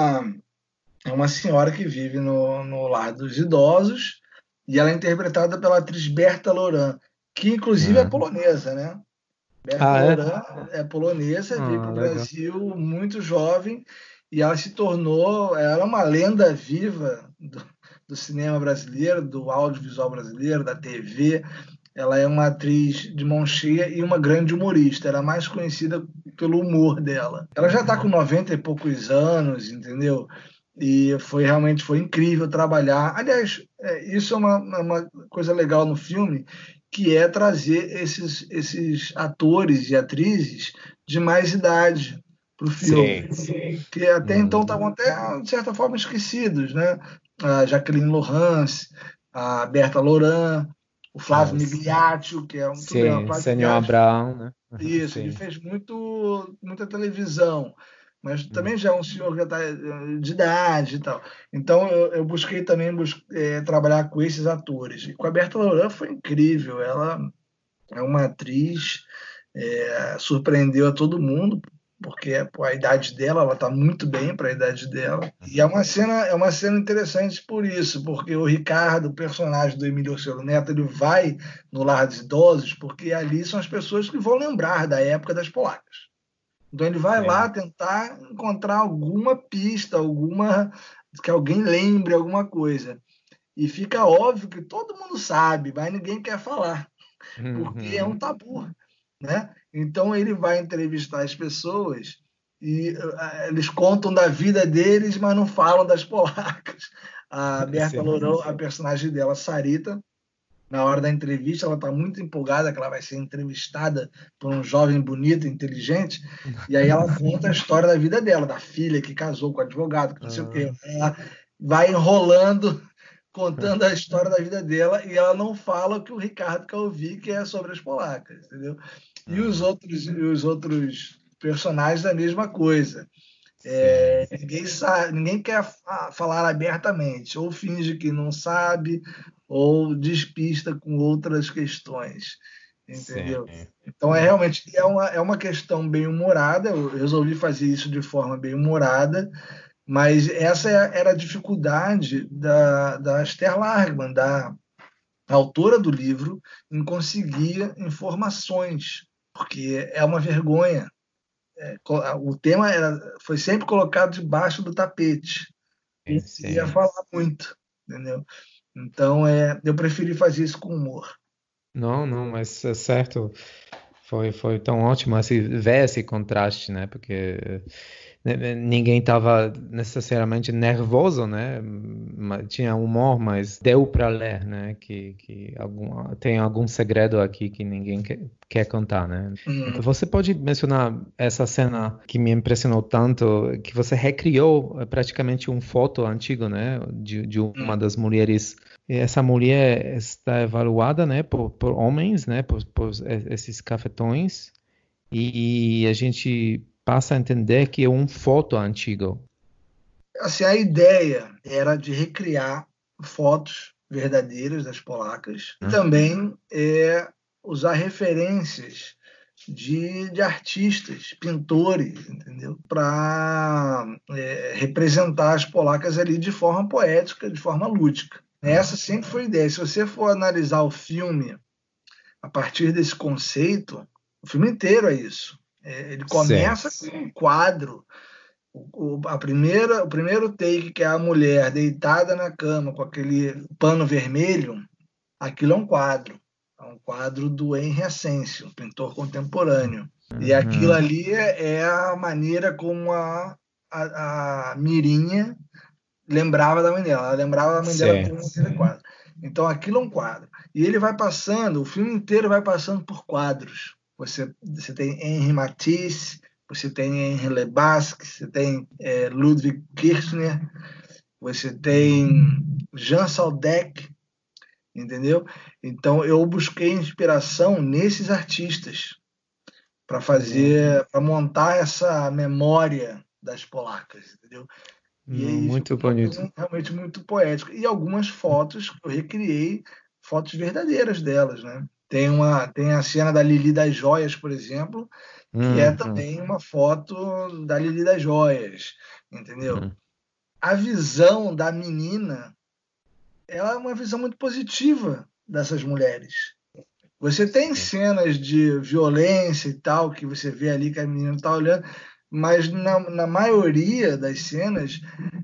uma senhora que vive no lar dos idosos, e ela é interpretada pela atriz Berta Laurent, que inclusive é polonesa, né? Berta Laurent é polonesa, veio para o Brasil muito jovem, e ela se tornou, ela é uma lenda viva do cinema brasileiro, do audiovisual brasileiro, da TV. Ela é uma atriz de mão cheia e uma grande humorista. Ela é mais conhecida pelo humor dela. Ela já está com 90 e poucos anos, entendeu? E realmente foi incrível trabalhar. Aliás, isso é uma coisa legal no filme, que é trazer esses atores e atrizes de mais idade para o filme, que até então estavam até, de certa forma, esquecidos, né? A Jacqueline Laurence, a Berta Laurent, o Flávio Migliaccio, que é Senhor Abraão, né? Isso, ele fez muita televisão, mas também já é um senhor que está de idade e tal. Então eu busquei também trabalhar com esses atores. E com a Berta Laurent foi incrível. Ela é uma atriz, surpreendeu a todo mundo, porque a idade dela, ela está muito bem para a idade dela. E é uma cena interessante por isso, porque o Ricardo, o personagem do Emílio Orcelo Neto, ele vai no lar dos idosos, porque ali são as pessoas que vão lembrar da época das polacas. Então ele vai lá tentar encontrar alguma pista, que alguém lembre alguma coisa. E fica óbvio que todo mundo sabe, mas ninguém quer falar, porque é um tabu, né? Então ele vai entrevistar as pessoas e eles contam da vida deles, mas não falam das polacas. A Berta Laurent, a personagem dela, Sarita, Na hora da entrevista, ela está muito empolgada que ela vai ser entrevistada por um jovem bonito, inteligente, e aí ela conta a história da vida dela, da filha que casou com o advogado, que não sei o quê. Ela vai enrolando, contando a história da vida dela, e ela não fala o que o Ricardo quer ouvir, que é sobre as polacas, entendeu? E os outros personagens a mesma coisa. Ninguém sabe, ninguém quer falar abertamente, ou finge que não sabe, ou despista com outras questões, entendeu? Sim. Então realmente é uma questão bem humorada. Eu resolvi fazer isso de forma bem humorada, mas essa era a dificuldade da Esther Largman, da autora do livro, em conseguir informações, porque é uma vergonha. O tema foi sempre colocado debaixo do tapete. E ia falar muito, entendeu? Então, eu preferi fazer isso com humor. Não, mas é certo. Foi tão ótimo ver esse contraste, né? Porque ninguém estava necessariamente nervoso, né? Tinha humor, mas deu para ler, né? Que tem algum segredo aqui que ninguém quer contar, né? Você pode mencionar essa cena que me impressionou tanto, que você recriou praticamente uma foto antiga, né? De uma das mulheres. E essa mulher está evaluada, né? Por homens, né? Por esses cafetões. E a gente passa a entender que é uma foto antiga. Assim, a ideia era de recriar fotos verdadeiras das polacas e também usar referências de artistas, pintores, entendeu? Para representar as polacas ali de forma poética, de forma lúdica. Essa sempre foi a ideia. Se você for analisar o filme a partir desse conceito, o filme inteiro é isso. Ele começa com um quadro. O primeiro take, que é a mulher deitada na cama com aquele pano vermelho, aquilo é um quadro. É um quadro do Henri Ascencio, um pintor contemporâneo. E aquilo ali é a maneira como a Mirinha lembrava da mãe dela. Ela lembrava da mãe dela com aquele quadro. Então aquilo é um quadro. E ele vai passando, o filme inteiro vai passando por quadros. Você tem Henri Matisse, você tem Henri Lebasque, você tem Ludwig Kirchner, você tem Jean Saldec, entendeu? Então eu busquei inspiração nesses artistas para montar essa memória das polacas, entendeu? E muito bonito. Realmente muito poético. E algumas fotos eu recriei, fotos verdadeiras delas, né? Tem a cena da Lili das Joias, por exemplo, que é também uma foto da Lili das Joias, entendeu? A visão da menina, ela é uma visão muito positiva dessas mulheres. Você tem cenas de violência e tal, que você vê ali que a menina está olhando, mas na maioria das cenas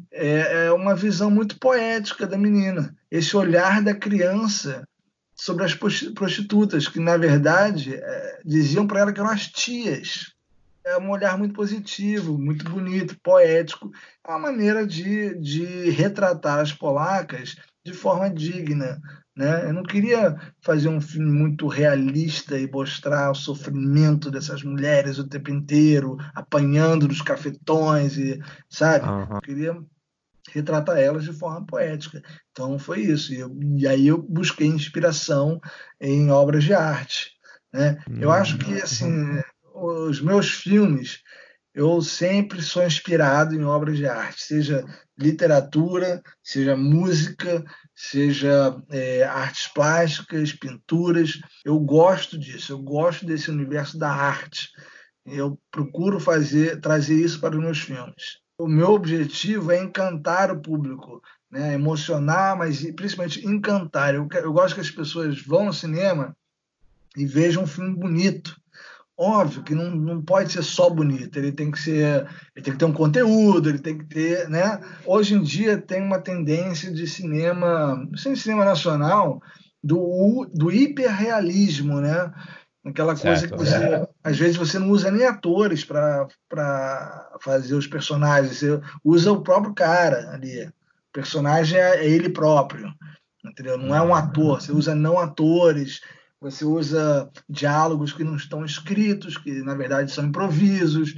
é uma visão muito poética da menina. Esse olhar da criança sobre as prostitutas, que na verdade diziam para ela que eram as tias. É um olhar muito positivo, muito bonito, poético. É uma maneira de retratar as polacas de forma digna, né? Eu não queria fazer um filme muito realista e mostrar o sofrimento dessas mulheres o tempo inteiro, apanhando dos cafetões, sabe? Eu queria retratar elas de forma poética. Então foi isso. E aí eu busquei inspiração em obras de arte, né? Eu acho que assim, os meus filmes, eu sempre sou inspirado em obras de arte, seja literatura, seja música, seja artes plásticas, pinturas. Eu gosto disso, eu gosto desse universo da arte. Eu procuro trazer isso para os meus filmes. O meu objetivo é encantar o público, né? Emocionar, mas principalmente encantar. Eu gosto que as pessoas vão ao cinema e vejam um filme bonito. Óbvio que não pode ser só bonito, ele tem que ter um conteúdo, ele tem que ter, né? Hoje em dia tem uma tendência de cinema, sem cinema nacional, do hiperrealismo, né? Aquela coisa que às vezes você não usa nem atores para fazer os personagens, você usa o próprio cara ali. O personagem é ele próprio. entendeu? Não é um ator, você usa não atores, você usa diálogos que não estão escritos, que na verdade são improvisos.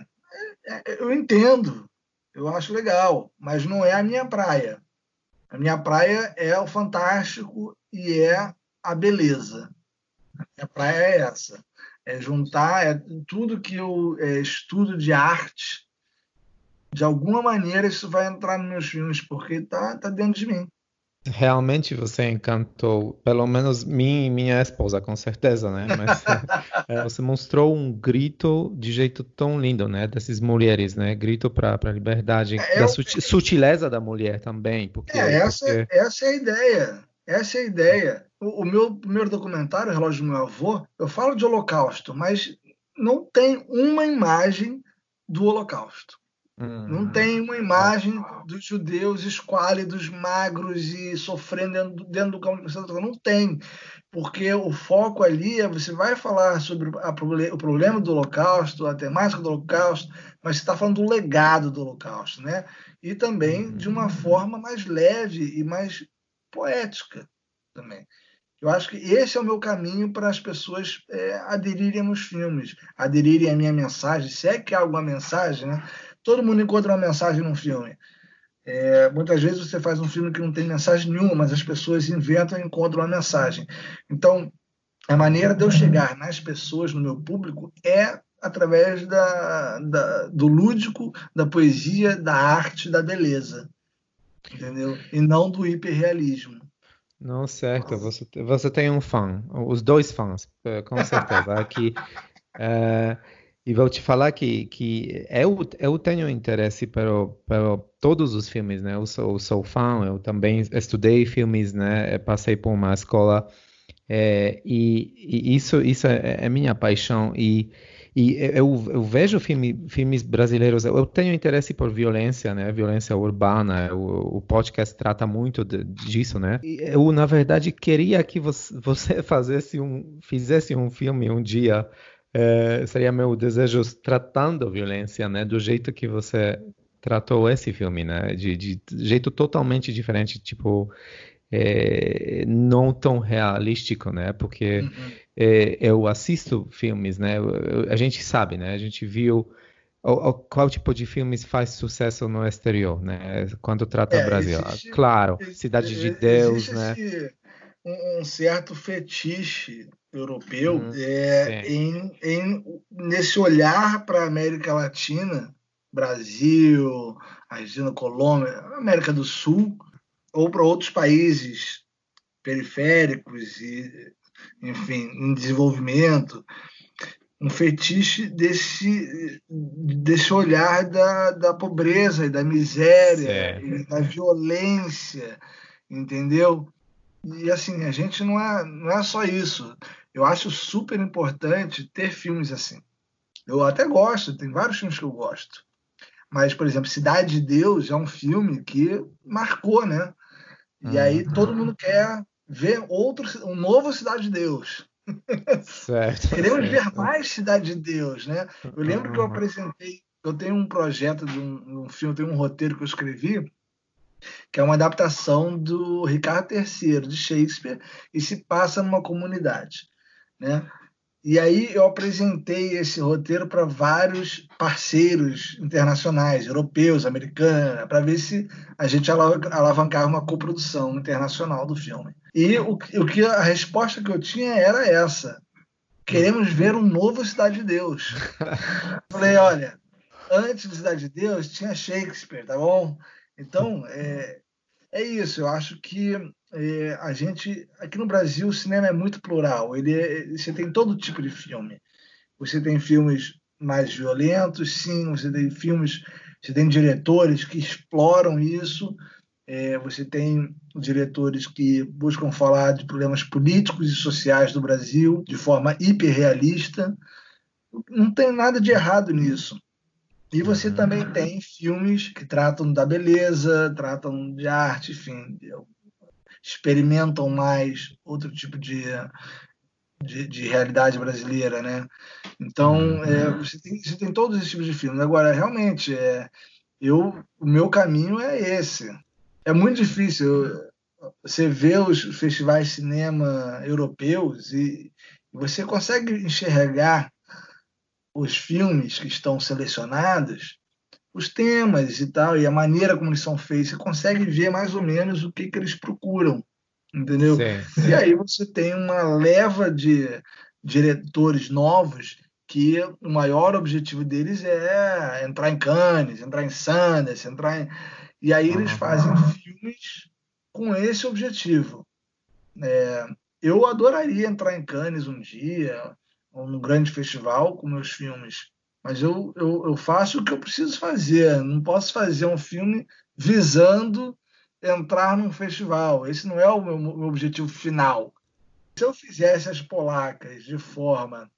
Eu entendo, eu acho legal, mas não é a minha praia. A minha praia é o fantástico e é a beleza. A minha praia é essa. É juntar tudo que eu estudo de arte. De alguma maneira isso vai entrar nos meus filmes, porque tá dentro de mim. Realmente você encantou, pelo menos mim e minha esposa, com certeza, né? Mas você mostrou um grito de jeito tão lindo, né? Dessas mulheres, né? Grito para a liberdade, da sutileza da mulher também, porque essa é a ideia. Essa é a ideia. O meu primeiro documentário, O Relógio do Meu Avô, eu falo de Holocausto, mas não tem uma imagem do Holocausto. Não tem uma imagem dos judeus esquálidos, magros e sofrendo dentro do campo de concentração. Não tem. Porque o foco ali você vai falar sobre o problema do Holocausto, a temática do Holocausto, mas você está falando do legado do Holocausto, né? E também de uma forma mais leve e mais poética também. Eu acho que esse é o meu caminho para as pessoas aderirem aos filmes, aderirem à minha mensagem, se é que há alguma mensagem, né? Todo mundo encontra uma mensagem num filme. Muitas vezes você faz um filme que não tem mensagem nenhuma, mas as pessoas inventam e encontram uma mensagem. Então, a maneira de eu chegar nas pessoas, no meu público, é através do lúdico, da poesia, da arte, da beleza. Entendeu? E não do hiperrealismo. Não, certo. Você tem um fã, os dois fãs, com certeza. Aqui, e vou te falar que eu tenho interesse para todos os filmes, né? Eu sou fã, eu também estudei filmes, né? Passei por uma escola, e isso é minha paixão. E eu vejo filmes brasileiros, eu tenho interesse por violência, né? Violência urbana, o podcast trata muito disso, né? E eu, na verdade, queria que você fizesse um filme um dia, seria meu desejo tratando violência, né? Do jeito que você tratou esse filme, né? De jeito totalmente diferente, tipo, não tão realístico, né? Porque eu assisto filmes, né? A gente sabe, né? A gente viu qual tipo de filmes faz sucesso no exterior, né? Quando trata Brasil. Claro, Cidade de Deus, né? Existe um certo fetiche europeu nesse olhar para a América Latina, Brasil, Argentina, Colômbia, América do Sul, ou para outros países periféricos e, enfim, em desenvolvimento, um fetiche desse olhar da pobreza e da miséria e da violência, entendeu? E assim, a gente não é só isso. Eu acho super importante ter filmes assim. Eu até gosto, tem vários filmes que eu gosto. Mas, por exemplo, Cidade de Deus é um filme que marcou, né? E aí todo mundo quer ver um novo Cidade de Deus. Certo. Queremos ver mais Cidade de Deus, né? Eu lembro que eu apresentei, eu tenho um projeto de um filme, tenho um roteiro que eu escrevi, que é uma adaptação do Ricardo III, de Shakespeare, e se passa numa comunidade, né? E aí eu apresentei esse roteiro para vários parceiros internacionais, europeus, americanos, para ver se a gente alavancava uma coprodução internacional do filme. E a resposta que eu tinha era essa: queremos ver um novo Cidade de Deus. Falei, olha, antes de Cidade de Deus tinha Shakespeare, tá bom? Então, é isso. Eu acho que a gente, aqui no Brasil, o cinema é muito plural. Você tem todo tipo de filme. Você tem filmes mais violentos, sim. Você tem diretores que exploram isso. Você tem diretores que buscam falar de problemas políticos e sociais do Brasil de forma hiperrealista. Não tem nada de errado nisso. E você também tem filmes que tratam da beleza, tratam de arte, enfim, experimentam mais outro tipo de realidade brasileira, né? Então, você tem todos esses tipos de filmes. Agora, realmente, o meu caminho é esse. É muito difícil. você vê os festivais de cinema europeus e você consegue enxergar os filmes que estão selecionados, os temas e tal, e a maneira como eles são feitos, você consegue ver mais ou menos o que eles procuram, entendeu? Sim. E aí você tem uma leva de diretores novos que o maior objetivo deles é entrar em Cannes, entrar em Sundance, e aí eles fazem filmes com esse objetivo. Eu adoraria entrar em Cannes um dia, ou num grande festival com meus filmes, mas eu faço o que eu preciso fazer. Não posso fazer um filme visando entrar num festival. Esse não é o meu objetivo final. Se eu fizesse as polacas de forma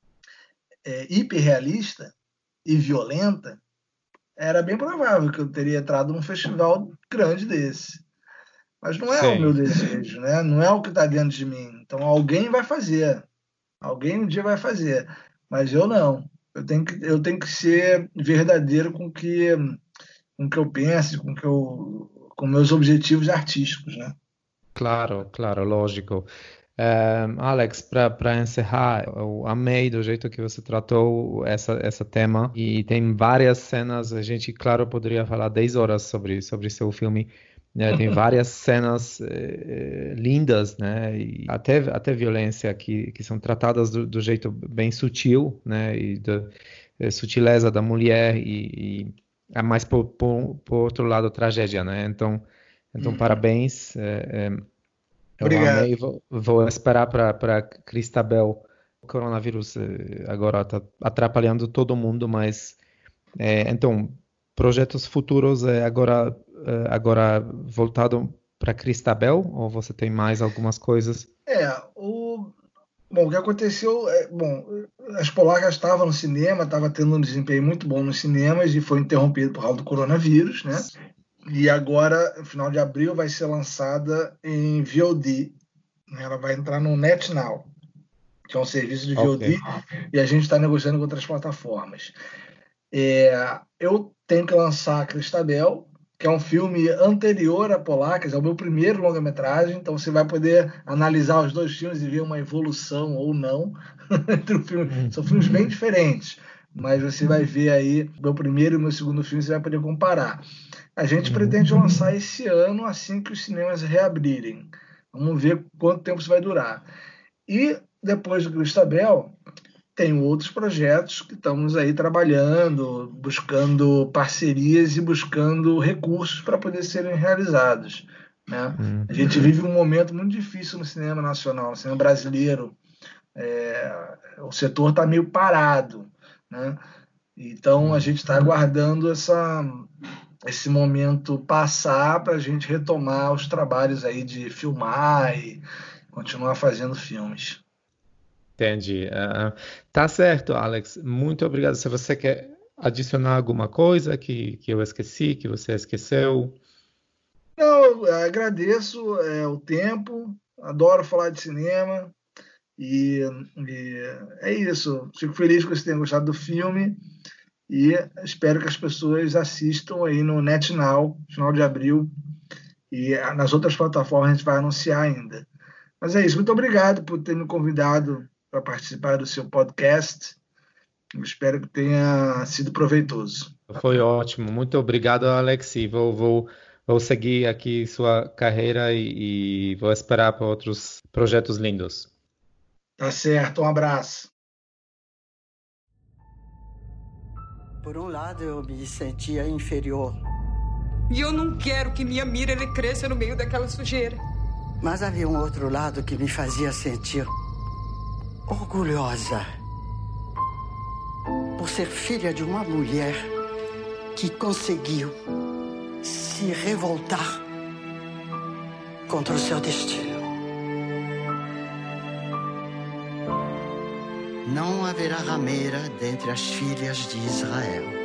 hiperrealista e violenta, era bem provável que eu teria entrado num festival grande desse. Mas não é o meu desejo, né? Não é o que está dentro de mim. Então alguém vai fazer. Alguém um dia vai fazer. Mas eu não. Eu tenho que ser verdadeiro com o que eu penso, com meus objetivos artísticos, né? Claro, lógico. Alex, para encerrar, eu amei do jeito que você tratou essa tema e tem várias cenas, a gente, claro, poderia falar 10 horas sobre seu filme, né? Tem várias cenas lindas, né? E até violência que são tratadas do jeito bem sutil, né? E da sutileza da mulher e mais por outro lado, tragédia, né? Então parabéns. Eu Obrigado. amei, vou esperar para Christabel. O coronavírus agora está atrapalhando todo mundo, mas então projetos futuros agora voltado para Christabel, ou você tem mais algumas coisas? Bom, o que aconteceu as polacas estavam no cinema, estava tendo um desempenho muito bom nos cinemas e foi interrompido por causa do coronavírus, né? E agora, no final de abril, vai ser lançada em VOD. Ela vai entrar no NetNow, que é um serviço de VOD, e a gente está negociando com outras plataformas. Eu tenho que lançar Christabel, que é um filme anterior a Polacas, é o meu primeiro longa-metragem, então você vai poder analisar os dois filmes e ver uma evolução ou não entre o filme. São filmes bem diferentes, mas você vai ver aí o meu primeiro e o meu segundo filme, você vai poder comparar. A gente pretende lançar esse ano, assim que os cinemas reabrirem. Vamos ver quanto tempo isso vai durar. E depois do Christabel, tem outros projetos que estamos aí trabalhando, buscando parcerias e buscando recursos para poder serem realizados, né? A gente vive um momento muito difícil no cinema nacional, no cinema brasileiro. O setor está meio parado, né? Então a gente está aguardando esse momento passar para a gente retomar os trabalhos aí de filmar e continuar fazendo filmes. Entendi. Tá certo, Alex. Muito obrigado. Se você quer adicionar alguma coisa que eu esqueci, que você esqueceu. Não, eu agradeço o tempo, adoro falar de cinema e é isso. Fico feliz que você tenha gostado do filme e espero que as pessoas assistam aí no NetNow, final de abril, e nas outras plataformas a gente vai anunciar ainda. Mas é isso. Muito obrigado por ter me convidado para participar do seu podcast. Eu espero que tenha sido proveitoso. Foi ótimo. Muito obrigado, Alex. E vou seguir aqui sua carreira e vou esperar para outros projetos lindos. Tá certo. Um abraço. Por um lado, eu me sentia inferior. E eu não quero que minha mira ele cresça no meio daquela sujeira. Mas havia um outro lado que me fazia sentir orgulhosa por ser filha de uma mulher que conseguiu se revoltar contra o seu destino. Não haverá rameira dentre as filhas de Israel.